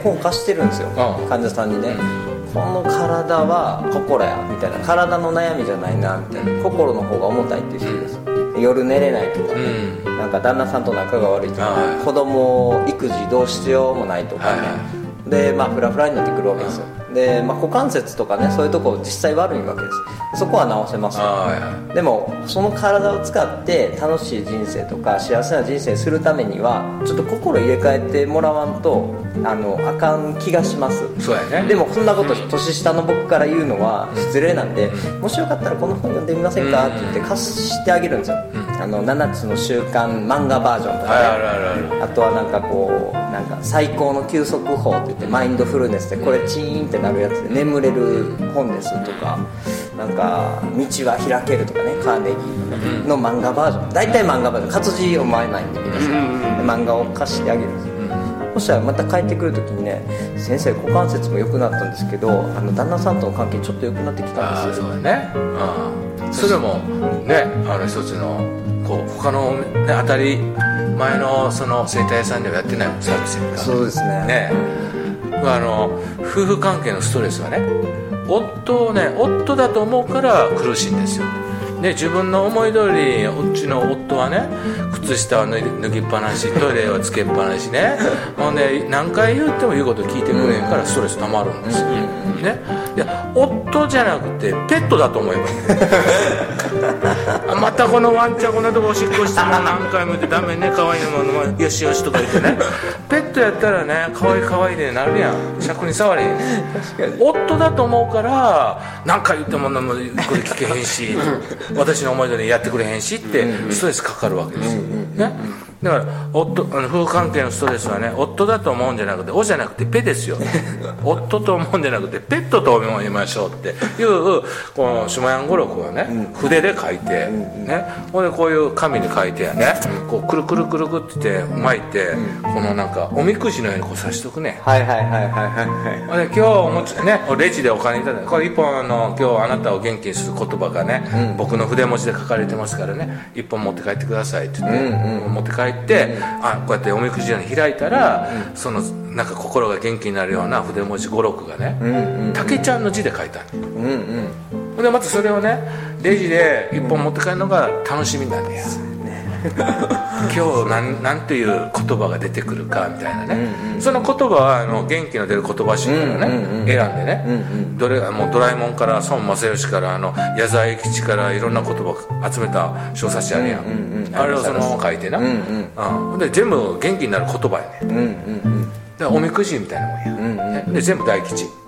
本貸してるんですよ、患者さんにね、この体は心やみたいな、体の悩みじゃないなみたいな、心の方が重たいっていう人です。夜寝れないとかね、なんか旦那さんと仲が悪いとか、子供育児どうしようもないとかね、でフラフラになってくるわけですよ。で、股関節とかね、そういうとこ実際悪いわけです。そこは治せますよ。でもその体を使って楽しい人生とか幸せな人生にするためにはちょっと心入れ替えてもらわんとあかん気がします。 そうやね。 でもそんなこと年下の僕から言うのは失礼なんで、もしよかったらこの本読んでみませんかって言って貸してあげるんですよ。7つの習慣漫画バージョンとかね、あとはなんかこうなんか最高の休息法って言ってマインドフルネスでこれチーンってなるやつで眠れる本ですとか、なんか道は開けるとかね、カーネギーの漫画バージョン、大体漫画バージョン、活字読まないんで皆さん、漫画を貸してあげるんですよ。そしたらまた帰ってくるときにね、先生股関節も良くなったんですけど旦那さんとの関係ちょっと良くなってきたんですよ。 そうだね、それもね、一つのこう他の、ね、当たり前のその整体屋さんではやってないサービスやから。 そうですね。 夫婦関係のストレスはね、夫だと思うから苦しいんですよ。で自分の思い通りうちの夫はね、靴下を脱ぎっぱなし、トイレはつけっぱなしね、ほんで何回言っても言うこと聞いてくれへんからストレス溜まるんですよ、ね、いや夫じゃなくてペットだと思えばいいまたこのワンちゃんこんなとこおしっこしても何回も言ってダメね、可愛いのもよしよしとか言ってね、ペットやったらね、可愛い可愛いでなるやん、尺に触れへん。夫だと思うから何回言ってもこれ聞けへんし私の思い通りにやってくれへんしってストレスかかるわけですよ、ね、だから夫婦関係のストレスはね、夫だと思うんじゃなくて、おじゃなくてペですよ夫と思うんじゃなくてペットと思いましょうっていうこの下山語録はね、筆で書いて、ね、ほんでこういう紙に書いてやね、こうくるくるくるくって巻いて、このなんかおみくじのようにこう刺しとくね。 はいはいはいはいはいはい。 で今日お持ちね、レジでお金いただいて、これ一本今日あなたを元気にする言葉がね、僕の筆文字で書かれてますからね、一本持って帰ってくださいって言って、持って帰って、こうやっておみくじのように開いたら、そのなんか心が元気になるような筆文字語録がね、竹ちゃんの字で書いてある、でまたそれをねレジで一本持って帰るのが楽しみなんだよ、今日なんていう言葉が出てくるかみたいなね、その言葉は元気の出る言葉集からね、選んでね、もうドラえもんから孫正義から矢沢永吉からいろんな言葉を集めた小冊子あるやん、あれをそのまま書いてな、で全部元気になる言葉やね、だからおみくじみたいなもんや、で全部大吉ね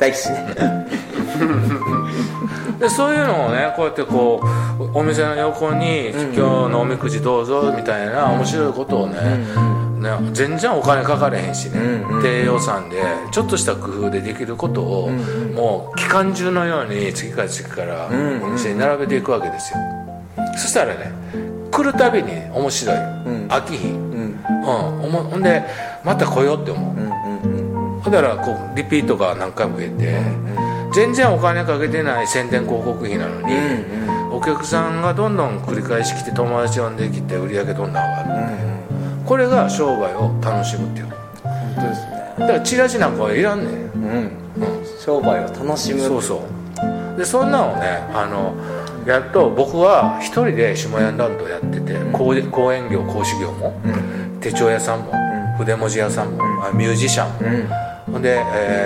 でそういうのをね、こうやってこうお店の横に今日のおみくじどうぞみたいな面白いことをね、全然お金かかれへんしね、低予算でちょっとした工夫でできることを、もう機関銃のように次から次からお店に並べていくわけですよ、そしたらね、来るたびに面白い、飽きひん、ほんでまた来ようって思う、だからこうリピートが何回も増えて、全然お金かけてない宣伝広告費なのに、お客さんがどんどん繰り返し来て友達呼んできて売り上げどんどん上がる、これが商売を楽しむっていう。 本当ですね。 だからチラシなんかはいらんねん、 商売を楽しむ。 そうそうで、そんなのね、やっと僕は一人で下屋ランドやってて、講演業講師業も、手帳屋さんも、筆文字屋さんも、ミュージシャンも、で、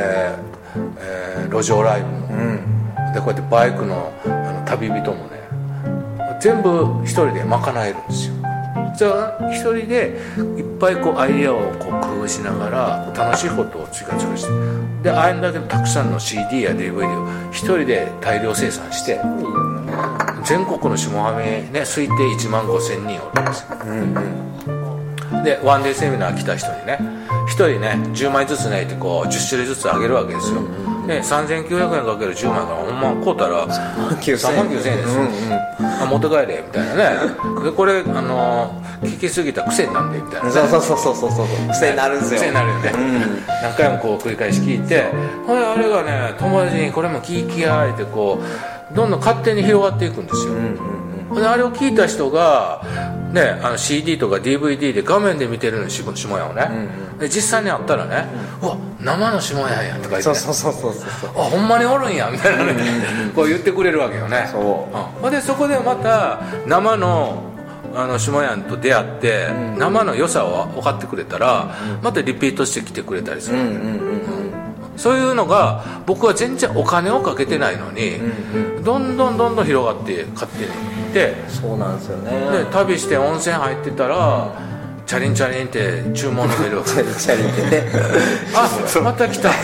路上ライブも、でこうやってバイクの旅人もね、全部一人で賄えるんですよ。じゃあ一人でいっぱいこうアイデアをこう工夫しながら楽しいことを追加して、であれだけのたくさんの CD や DVD を一人で大量生産して、全国の下浜ね、推定1万5,000人おるんですよ、でワンデーセミナー来た人にね、1人ね10枚ずつねってこう10種類ずつあげるわけですよ、で3,900円かける10枚からほんま買うたら39,000円ですよ、持って帰れみたいなね、でこれ聞きすぎたら癖になんでみたいな、ね、 そう癖になるんですよ、 癖になるよね、何回もこう繰り返し聞いて、あれがね友達にこれも聞き合えてこうどんどん勝手に広がっていくんですよ、であれを聞いた人が、 でCD とか DVD で画面で見てるの下屋をね、で実際に会ったらね、うわ生の下屋やんとか言って、ね、 そうあほんまにおるんやみたいなね、こう言ってくれるわけよね。でそこでまた生の下屋と出会って、生の良さを分かってくれたら、またリピートしてきてくれたりするわけよ。そういうのが僕は全然お金をかけてないのに、どんどん広がって勝手にいって、 そうなんですよね。 で旅して温泉入ってたら、チャリンチャリンって注文の出るわけ。 チャリンってねあまた来た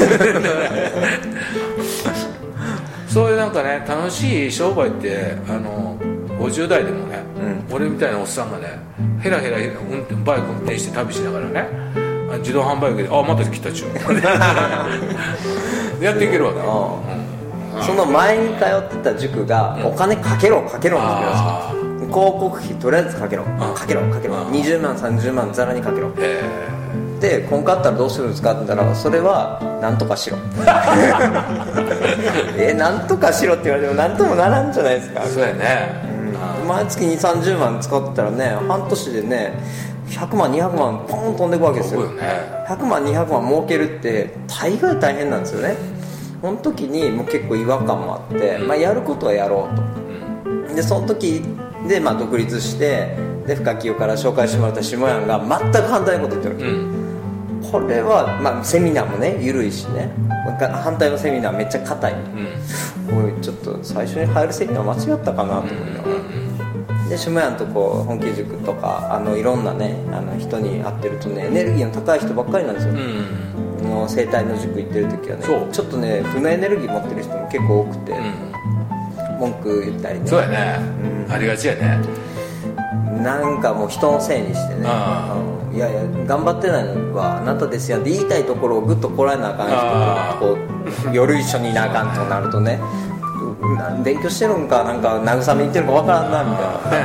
そういうなんかね楽しい商売って50代でもね、俺みたいなおっさんがねヘラヘラバイク運転して旅しながらね、自動販売機でまた来た注文やっていけるわけよ。 その前に通ってた塾がお金かけろって言うんですよ。広告費とりあえずかけろ20万30万ざらにかけろで、こんかったらどうするんですかって言ったら、それはなんとかしろなんとかしろって言われてもなんともならんじゃないですか。 そうやね、 毎月2、30万使ってたらね、半年でね100万200万ポン飛んでいくわけですよ。 そうよね、 100万200万儲けるって大概大変なんですよね。その時にもう結構違和感もあって、やることはやろうと、でその時で独立して、で深清から紹介してもらった下屋が全く反対のこと言ってる、これは、セミナーもね緩いしね、反対のセミナーめっちゃ硬い、おいちょっと最初に入るセミナー間違ったかなと思いながら、で下屋のとこ本気塾とかいろんなね人に会ってるとね、エネルギーの高い人ばっかりなんですよ、生態の塾行ってる時はね、ちょっとね負のエネルギー持ってる人も結構多くて、文句言ったりね。 そうやね、ありがちやね。 なんかもう人のせいにしてね、いやいや頑張ってないのはあなたですよって言いたいところをグッとこらえなあかん人とこう夜一緒にいなあかんとなるとね、勉強してるんかなんか慰めに行ってるかわからんなみ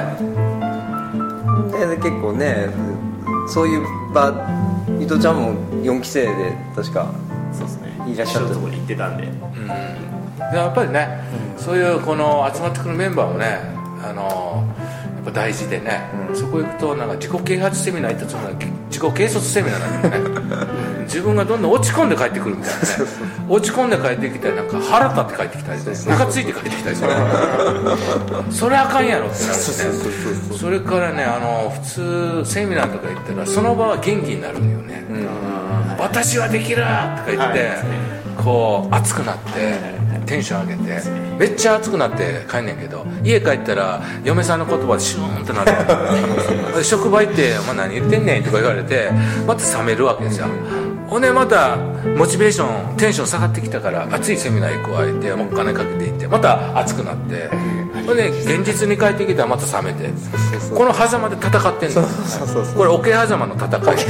たいな、で結構ねそういう場、伊藤ちゃんも4期生で確かそうですね、 いらっしゃったところに行ってたんで、 やっぱりね、そういうこの集まってくるメンバーもね、やっぱ大事でね、そこ行くとなんか自己啓発セミナー行ったつもりが自己軽率セミナーなんだよね自分がどんどん落ち込んで帰ってくるみたいなね落ち込んで帰ってきたり、なんか腹立って帰ってきたりね、ムカついて帰ってきたりするそれあかんやろってなるしね。それからね、普通セミナーとか行ったらその場は元気になるんよね、私はできるとか言って、こう熱くなってテンション上げてめっちゃ熱くなって帰んねんけど、家帰ったら嫁さんの言葉でシューンってなって職場行って「お前何言ってんねん」とか言われてまた冷めるわけですよ。ほんでまたモチベーションテンション下がってきたから熱いセミナー行くわ言ってお金かけて行ってまた熱くなって、ほんで現実に帰ってきたらまた冷めて、この狭間で戦ってんの。これ桶狭間の戦い。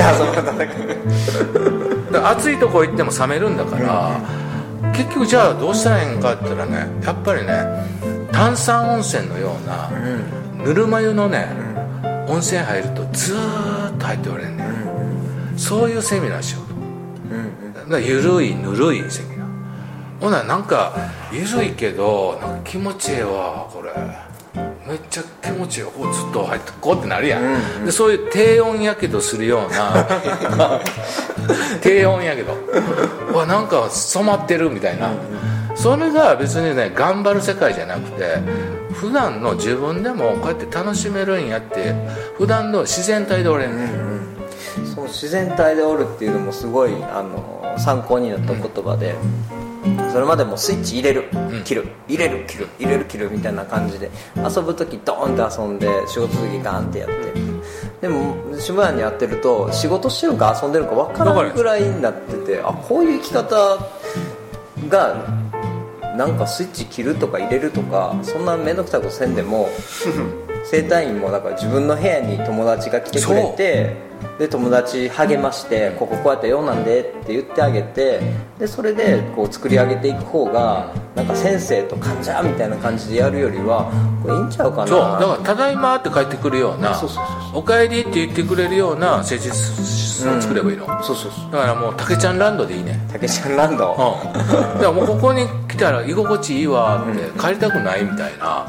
暑いとこ行っても冷めるんだから、結局じゃあどうしたらいいんかって言ったらね、やっぱりね炭酸温泉のようなぬるま湯のね温泉入るとずーっと入っておれんね、そういうセミナーしようと、だからゆるいぬるいセミナー。ほななんかゆるいけどなんか気持ちええわ、これめっちゃ気持ちいいよ、こうずっと入ってこうってなるやん、でそういう低温やけどするような低温やけどわなんか染まってるみたいな、それが別にね頑張る世界じゃなくて、普段の自分でもこうやって楽しめるんやって、普段の自然体でおれんね、 その自然体でおるっていうのもすごい参考になった言葉で、それまでもスイッチ入れる切る入れる切る入れる切るみたいな感じで遊ぶ時ドーンって遊んで仕事の時ガーンってやって、でも下屋にやってると仕事してるか遊んでるか分からないぐらいになってて、あこういう生き方がなんかスイッチ切るとか入れるとかそんな面倒くさいことせんでも整体院もだから自分の部屋に友達が来てくれて、で友達励ましてこうやってようなんでって言ってあげて、でそれでこう作り上げていく方がなんか先生と患者みたいな感じでやるよりはこれいいんちゃうかな。 そうだからただいまって帰ってくるような、おかえりって言ってくれるような施術を作ればいいの、 そうだからもうたけちゃんランドでいいね。 たけちゃんランド、 だからもうここに来たら居心地いいわって、帰りたくないみたいな、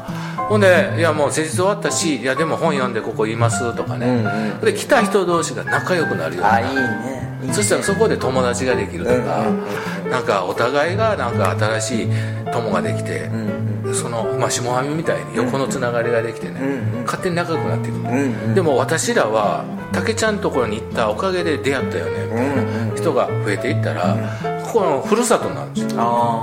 ほんでいやもう施術終わったし、いやでも本読んでここ言いますとかね、で来た人同士が仲良くなるような、 いいね。 そしたらそこで友達ができるとか、なんかお互いがなんか新しい友ができて、その下網みたいに横のつながりができてね、勝手に仲良くなっていく、でも私らは竹ちゃんのところに行ったおかげで出会ったよねみたいな人が増えていったら、ここのふるさとなんですよ。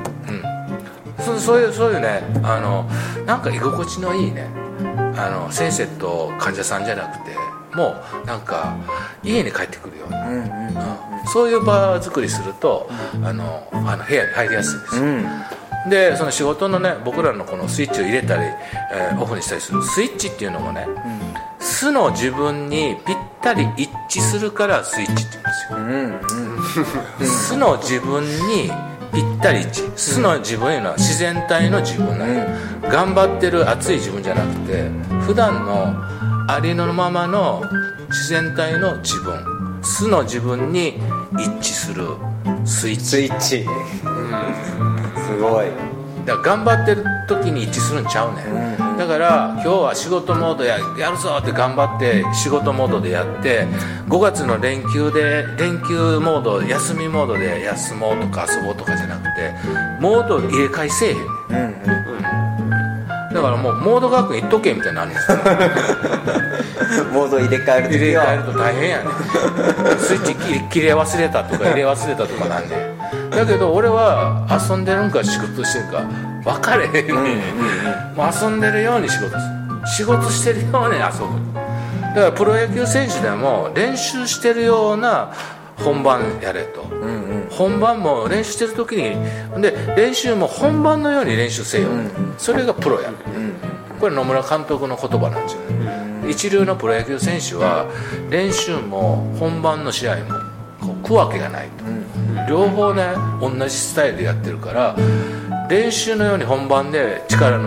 そういうね、なんか居心地のいいね、先生と患者さんじゃなくて、もうなんか家に帰ってくるような、そういう場作りすると、部屋に入りやすいんですよ。でその仕事のね、僕らのこのスイッチを入れたり、オフにしたりするスイッチっていうのもね、素の自分にぴったり一致するからスイッチって言うんですよ。素の自分にぴったり一致、素の自分いうのは自然体の自分なんや、頑張ってる熱い自分じゃなくて、普段のありのままの自然体の自分、素の自分に一致するスイッチ。すごい。だから頑張ってる時に一致するんちゃうねん、だから今日は仕事モードやるぞって頑張って仕事モードでやって、5月の連休で連休モード、休みモードで休もうとか遊ぼうとかじゃなくて、モード入れ替えせえへんねん、だからもうモード学院行っとけみたいになるんですよモード入れ替えるときは入れ替えると大変やねんスイッチ切れ忘れたとか入れ忘れたとかなんねん。だけど俺は遊んでるんか仕事してるか分かれへんねん、もう遊んでるように仕事してるように遊ぶ。だからプロ野球選手でも練習してるような本番やれと、本番も練習してる時にで練習も本番のように練習せよ、それがプロや、これ野村監督の言葉なんですよね、一流のプロ野球選手は練習も本番の試合もこう区分けがないと、両方ね同じスタイルでやってるから、練習のように本番で力